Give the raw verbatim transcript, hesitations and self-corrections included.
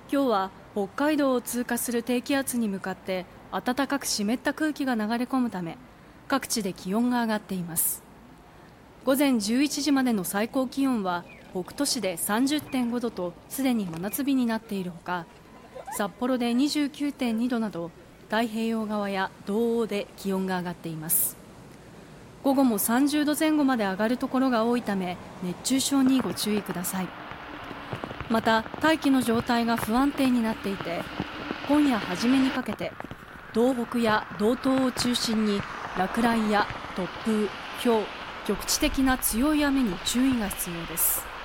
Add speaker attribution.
Speaker 1: 今日は北海道を通過する低気圧に向かって暖かく湿った空気が流れ込むため、各地で気温が上がっています。午前じゅういちじまでの最高気温は北斗市で さんじゅってんごどとすでに真夏日になっているほか、札幌で にじゅうきゅうてんにどなど太平洋側や道央で気温が上がっています。午後もさんじゅうどぜん後まで上がるところが多いため、熱中症にご注意ください。また大気の状態が不安定になっていて、今夜初めにかけて東北や道東を中心に落雷や突風、ひょう、局地的な強い雨に注意が必要です。